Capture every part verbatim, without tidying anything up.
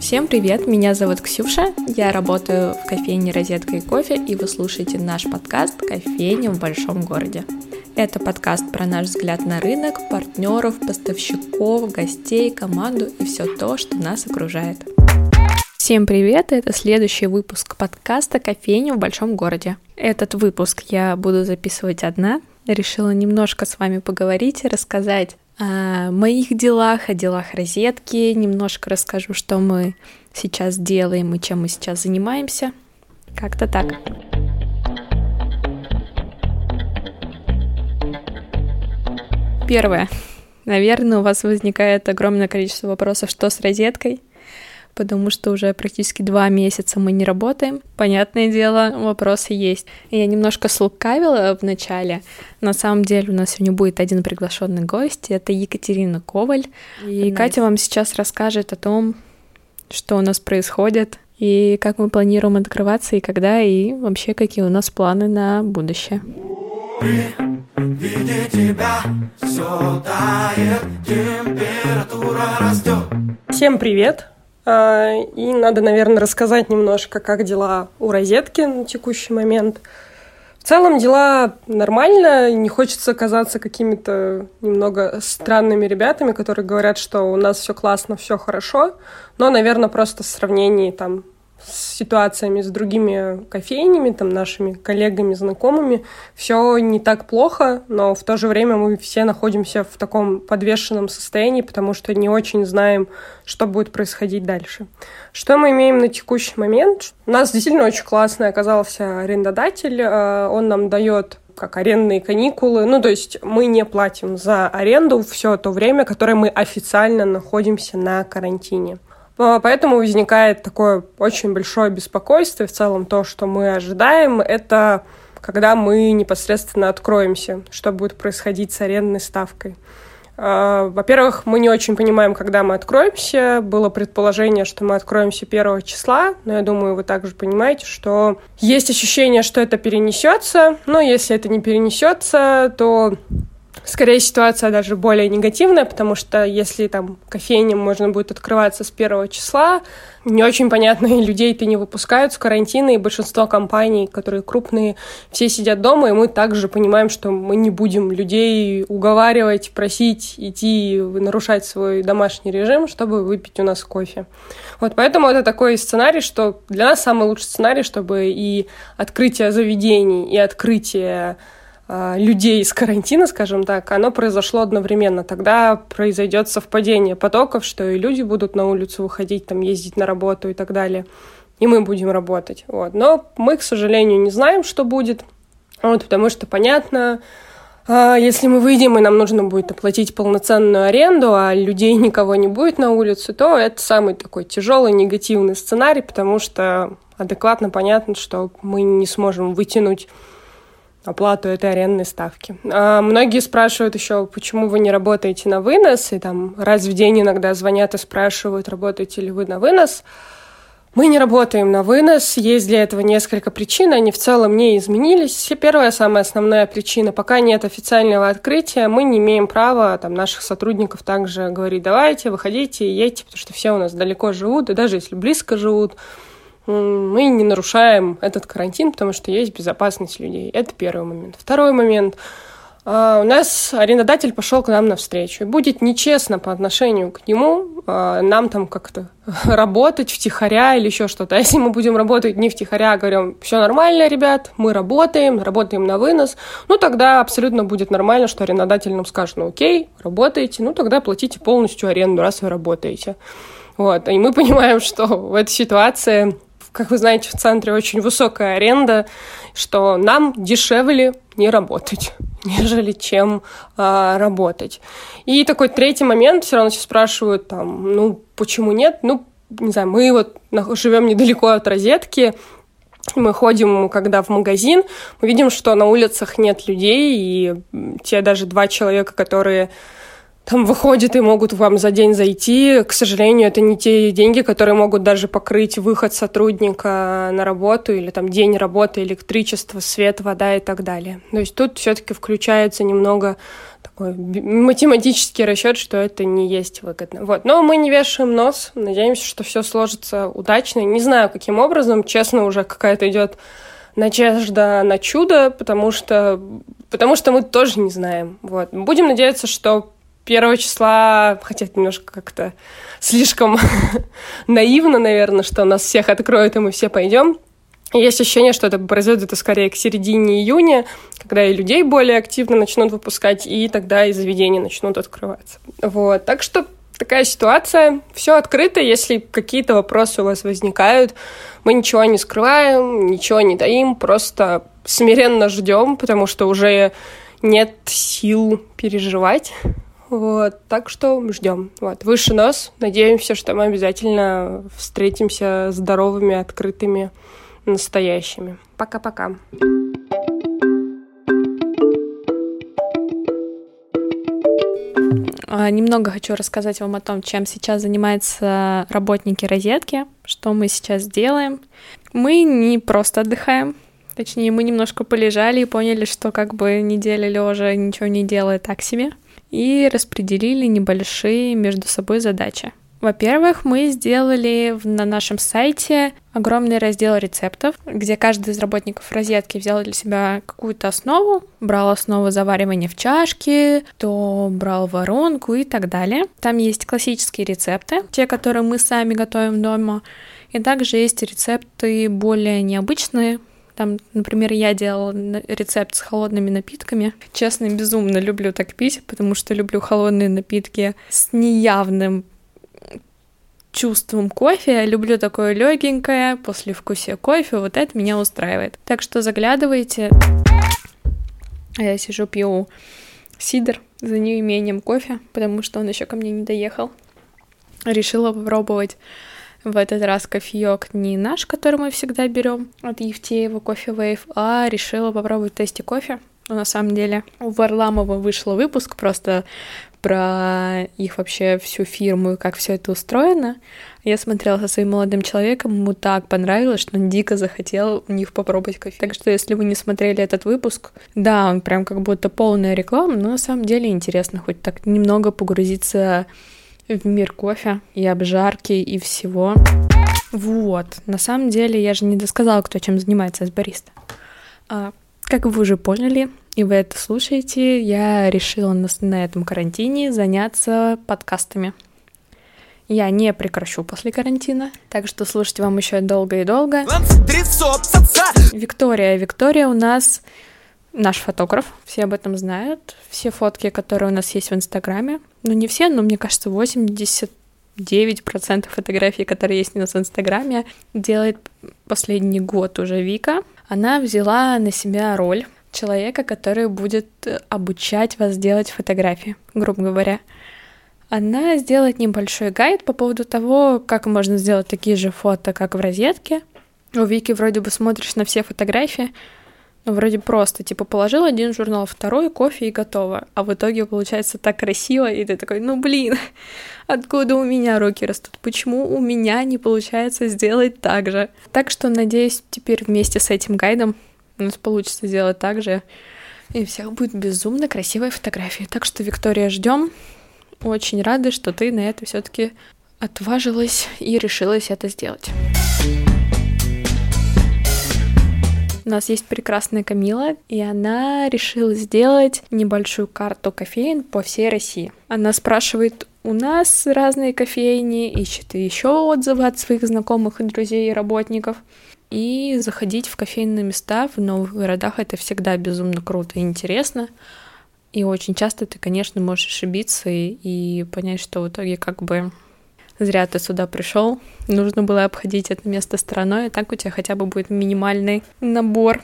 Всем привет, меня зовут Ксюша, я работаю в кофейне «Розетка и кофе», и вы слушаете наш подкаст «Кофейня в большом городе». Это подкаст про наш взгляд на рынок, партнеров, поставщиков, гостей, команду и все то, что нас окружает. Всем привет, это следующий выпуск подкаста «Кофейня в большом городе». Этот выпуск я буду записывать одна. Решила немножко с вами поговорить и рассказать о моих делах, о делах «Розетки», немножко расскажу, что мы сейчас делаем и чем мы сейчас занимаемся. Как-то так. Первое. Наверное, у вас возникает огромное количество вопросов, что с «Розеткой», потому что уже практически два месяца мы не работаем. Понятное дело, вопросы есть. Я немножко слукавила в начале. На самом деле у нас сегодня будет один приглашенный гость. Это Екатерина Коваль. И nice. Катя вам сейчас расскажет о том, что у нас происходит, и как мы планируем открываться, и когда, и вообще какие у нас планы на будущее. Видя тебя, всё тает, температура растет. Всем привет! И надо, наверное, рассказать немножко, как дела у «Розетки» на текущий момент. В целом дела нормально, не хочется казаться какими-то немного странными ребятами, которые говорят, что у нас все классно, все хорошо, но, наверное, просто в сравнении там с ситуациями с другими кофейнями, там, нашими коллегами, знакомыми, все не так плохо, но в то же время мы все находимся в таком подвешенном состоянии, потому что не очень знаем, что будет происходить дальше. Что мы имеем на текущий момент? У нас действительно очень классный оказался арендодатель, он нам дает как арендные каникулы, ну, то есть мы не платим за аренду все то время, которое мы официально находимся на карантине. Поэтому возникает такое очень большое беспокойство. В целом то, что мы ожидаем, это когда мы непосредственно откроемся, что будет происходить с арендной ставкой. Во-первых, мы не очень понимаем, когда мы откроемся. Было предположение, что мы откроемся первого числа, но я думаю, вы также понимаете, что есть ощущение, что это перенесется. Но если это не перенесется, то скорее ситуация даже более негативная, потому что если там кофейням можно будет открываться с первого числа, не очень понятно, и людей-то не выпускают с карантина, и большинство компаний, которые крупные, все сидят дома, и мы также понимаем, что мы не будем людей уговаривать, просить идти нарушать свой домашний режим, чтобы выпить у нас кофе. Вот поэтому это такой сценарий, что для нас самый лучший сценарий, чтобы и открытие заведений, и открытие людей из карантина, скажем так, оно произошло одновременно. Тогда произойдет совпадение потоков, что и люди будут на улицу выходить, там, ездить на работу и так далее, и мы будем работать. Вот. Но мы, к сожалению, не знаем, что будет, вот, потому что, понятно, если мы выйдем, и нам нужно будет оплатить полноценную аренду, а людей никого не будет на улице, то это самый такой тяжелый негативный сценарий, потому что адекватно понятно, что мы не сможем вытянуть оплату этой арендной ставки. А многие спрашивают еще, почему вы не работаете на вынос, и там раз в день иногда звонят и спрашивают, работаете ли вы на вынос. Мы не работаем на вынос, есть для этого несколько причин, они в целом не изменились. Первая, самая основная причина, пока нет официального открытия, мы не имеем права там, наших сотрудников также говорить, давайте, выходите, едьте, потому что все у нас далеко живут, и даже если близко живут, мы не нарушаем этот карантин, потому что есть безопасность людей. Это первый момент. Второй момент. У нас арендодатель пошел к нам навстречу. И будет нечестно по отношению к нему нам там как-то работать втихаря или еще что-то. А если мы будем работать не втихаря, говорим, все нормально, ребят, мы работаем, работаем на вынос, ну тогда абсолютно будет нормально, что арендодатель нам скажет, ну окей, работаете, ну тогда платите полностью аренду, раз вы работаете. Вот. И мы понимаем, что в этой ситуации, как вы знаете, в центре очень высокая аренда, что нам дешевле не работать, нежели чем а, работать. И такой третий момент, все равно все спрашивают, там, ну, почему нет? Ну, не знаю, мы вот живем недалеко от «Розетки», мы ходим, когда в магазин, мы видим, что на улицах нет людей, и те даже два человека, которые там выходят и могут вам за день зайти. К сожалению, это не те деньги, которые могут даже покрыть выход сотрудника на работу или там день работы, электричество, свет, вода и так далее. То есть тут все-таки включается немного такой математический расчет, что это не есть выгодно. Вот. Но мы не вешаем нос, надеемся, что все сложится удачно. Не знаю, каким образом, честно, уже какая-то идет надежда на чудо, потому что, потому что мы тоже не знаем. Вот. Будем надеяться, что первого числа, хотя это немножко как-то слишком наивно, наверное, что нас всех откроют, и мы все пойдем. Есть ощущение, что это произойдет это скорее к середине июня, когда и людей более активно начнут выпускать, и тогда и заведения начнут открываться. Вот. Так что такая ситуация. Все открыто. Если какие-то вопросы у вас возникают, мы ничего не скрываем, ничего не таим, просто смиренно ждем, потому что уже нет сил переживать. Вот, так что ждем. Вот, выше нос. Надеемся, что мы обязательно встретимся здоровыми, открытыми, настоящими. Пока-пока. Немного хочу рассказать вам о том, чем сейчас занимаются работники розетки, что мы сейчас делаем. Мы не просто отдыхаем, точнее, мы немножко полежали и поняли, что как бы неделя лежа ничего не делая так себе, и распределили небольшие между собой задачи. Во-первых, мы сделали на нашем сайте огромный раздел рецептов, где каждый из работников розетки взял для себя какую-то основу, брал основу заваривания в чашке, то брал воронку и так далее. Там есть классические рецепты, те, которые мы сами готовим дома, и также есть рецепты более необычные. Там, например, я делала рецепт с холодными напитками. Честно, безумно люблю так пить, потому что люблю холодные напитки с неявным чувством кофе. Я люблю такое легенькое, послевкусие кофе. Вот это меня устраивает. Так что заглядывайте. Я сижу, пью сидр за неимением кофе, потому что он еще ко мне не доехал. Решила попробовать в этот раз кофеек не наш, который мы всегда берем от Евтеева, Кофе Wave, а решила попробовать Tasty кофе. Но на самом деле у Варламова вышел выпуск просто про их вообще всю фирму и как все это устроено. Я смотрела со своим молодым человеком, ему так понравилось, что он дико захотел у них попробовать кофе. Так что, если вы не смотрели этот выпуск, да, он прям как будто полная реклама, но на самом деле интересно хоть так немного погрузиться в мир кофе и обжарки и всего. Вот, на самом деле я же не досказала, кто чем занимается с бариста. А, как вы уже поняли, и вы это слушаете, я решила на, на этом карантине заняться подкастами. Я не прекращу после карантина, так что слушать вам еще долго и долго. Виктория. Виктория у нас наш фотограф, все об этом знают. Все фотки, которые у нас есть в Инстаграме, ну не все, но мне кажется, восемьдесят девять процентов фотографий, которые есть у нас в Инстаграме, делает последний год уже Вика. Она взяла на себя роль человека, который будет обучать вас делать фотографии, грубо говоря. Она сделает небольшой гайд по поводу того, как можно сделать такие же фото, как в розетке. У Вики вроде бы смотришь на все фотографии, но вроде просто, типа, положил один журнал, второй, кофе и готово. А в итоге получается так красиво, и ты такой, ну блин, откуда у меня руки растут? Почему у меня не получается сделать так же? Так что, надеюсь, теперь вместе с этим гайдом у нас получится сделать так же, и у всех будет безумно красивая фотография. Так что, Виктория, ждем. Очень рада, что ты на это все-таки отважилась и решилась это сделать. У нас есть прекрасная Камила, и она решила сделать небольшую карту кофеен по всей России. Она спрашивает у нас разные кофейни, ищет еще отзывы от своих знакомых и друзей и работников. И заходить в кофейные места в новых городах — это всегда безумно круто и интересно. И очень часто ты, конечно, можешь ошибиться и, и понять, что в итоге как бы зря ты сюда пришел, нужно было обходить это место стороной, и так у тебя хотя бы будет минимальный набор.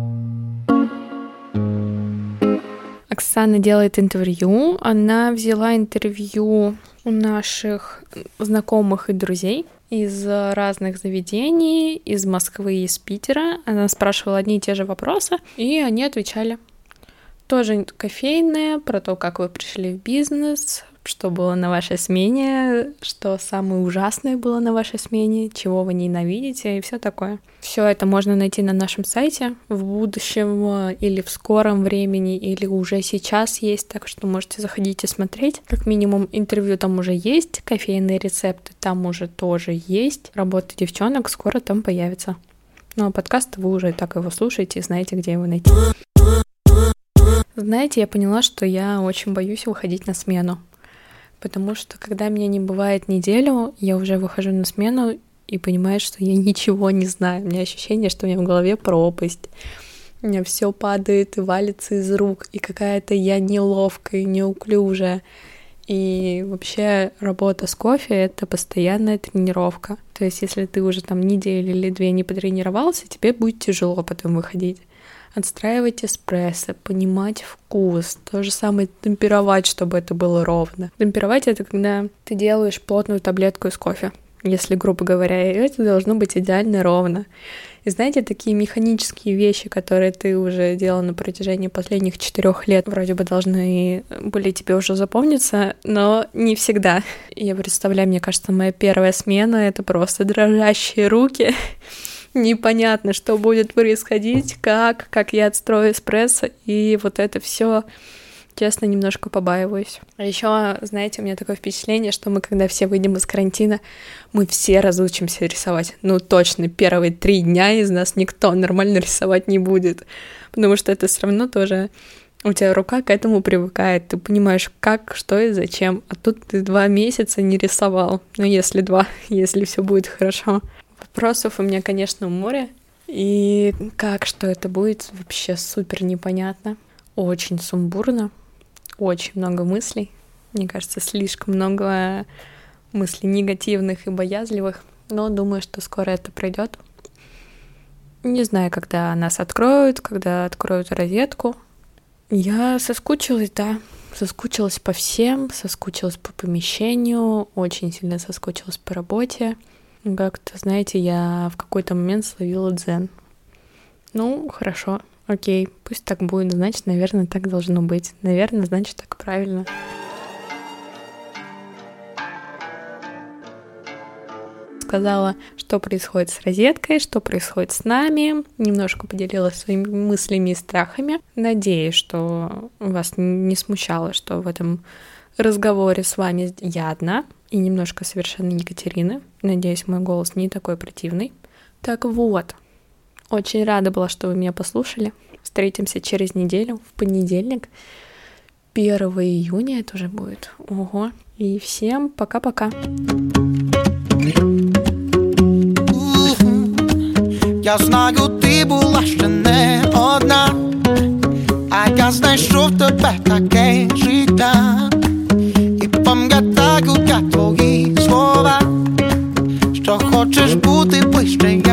Оксана делает интервью. Она взяла интервью у наших знакомых и друзей из разных заведений, из Москвы и из Питера. Она спрашивала одни и те же вопросы, и они отвечали. Тоже кофейные, про то, как вы пришли в бизнес, что было на вашей смене, что самое ужасное было на вашей смене, чего вы ненавидите и все такое. Все это можно найти на нашем сайте в будущем или в скором времени, или уже сейчас есть, так что можете заходить и смотреть. Как минимум интервью там уже есть, кофейные рецепты там уже тоже есть, работа девчонок скоро там появится. Ну а подкаст вы уже так его слушаете и знаете, где его найти. Знаете, я поняла, что я очень боюсь выходить на смену. Потому что, когда меня не бывает неделю, я уже выхожу на смену и понимаю, что я ничего не знаю. У меня ощущение, что у меня в голове пропасть. У меня все падает и валится из рук, и какая-то я неловкая, неуклюжая. И вообще работа с кофе — это постоянная тренировка. То есть, если ты уже там неделю или две не потренировался, тебе будет тяжело потом выходить. Отстраивать эспрессо, понимать вкус, то же самое темперовать, чтобы это было ровно. Темперовать — это когда ты делаешь плотную таблетку из кофе, если, грубо говоря, и это должно быть идеально ровно. И знаете, такие механические вещи, которые ты уже делал на протяжении последних четырех лет, вроде бы должны были тебе уже запомниться, но не всегда. Я представляю, мне кажется, моя первая смена — это просто дрожащие руки. Непонятно, что будет происходить, как, как я отстрою эспрессо, и вот это все, честно, немножко побаиваюсь. А еще, знаете, у меня такое впечатление, что мы, когда все выйдем из карантина, мы все разучимся рисовать. Ну, точно, первые три дня из нас никто нормально рисовать не будет, потому что это все равно тоже у тебя рука к этому привыкает, ты понимаешь, как, что и зачем, а тут ты два месяца не рисовал, ну, если два, если все будет хорошо. Вопросов у меня, конечно, море, и как, что это будет, вообще супер непонятно. Очень сумбурно, очень много мыслей. Мне кажется, слишком много мыслей негативных и боязливых, но думаю, что скоро это пройдет. Не знаю, когда нас откроют, когда откроют розетку. Я соскучилась, да, соскучилась по всем, соскучилась по помещению, очень сильно соскучилась по работе. Как-то, знаете, я в какой-то момент словила дзен. Ну, хорошо, окей, пусть так будет, значит, наверное, так должно быть. Наверное, значит, так правильно. Сказала, что происходит с розеткой, что происходит с нами. Немножко поделилась своими мыслями и страхами. Надеюсь, что вас не смущало, что в этом разговоре с вами я одна и немножко совершенно Екатерина. Надеюсь, мой голос не такой противный. Так вот, очень рада была, что вы меня послушали. Встретимся через неделю, в понедельник, первого июня это уже будет. Ого. И всем пока-пока. Я знаю, ти була ще не одна, а я знайшов тебе таке життя. І пам'ятаю я твої слова, що хочеш бути ближче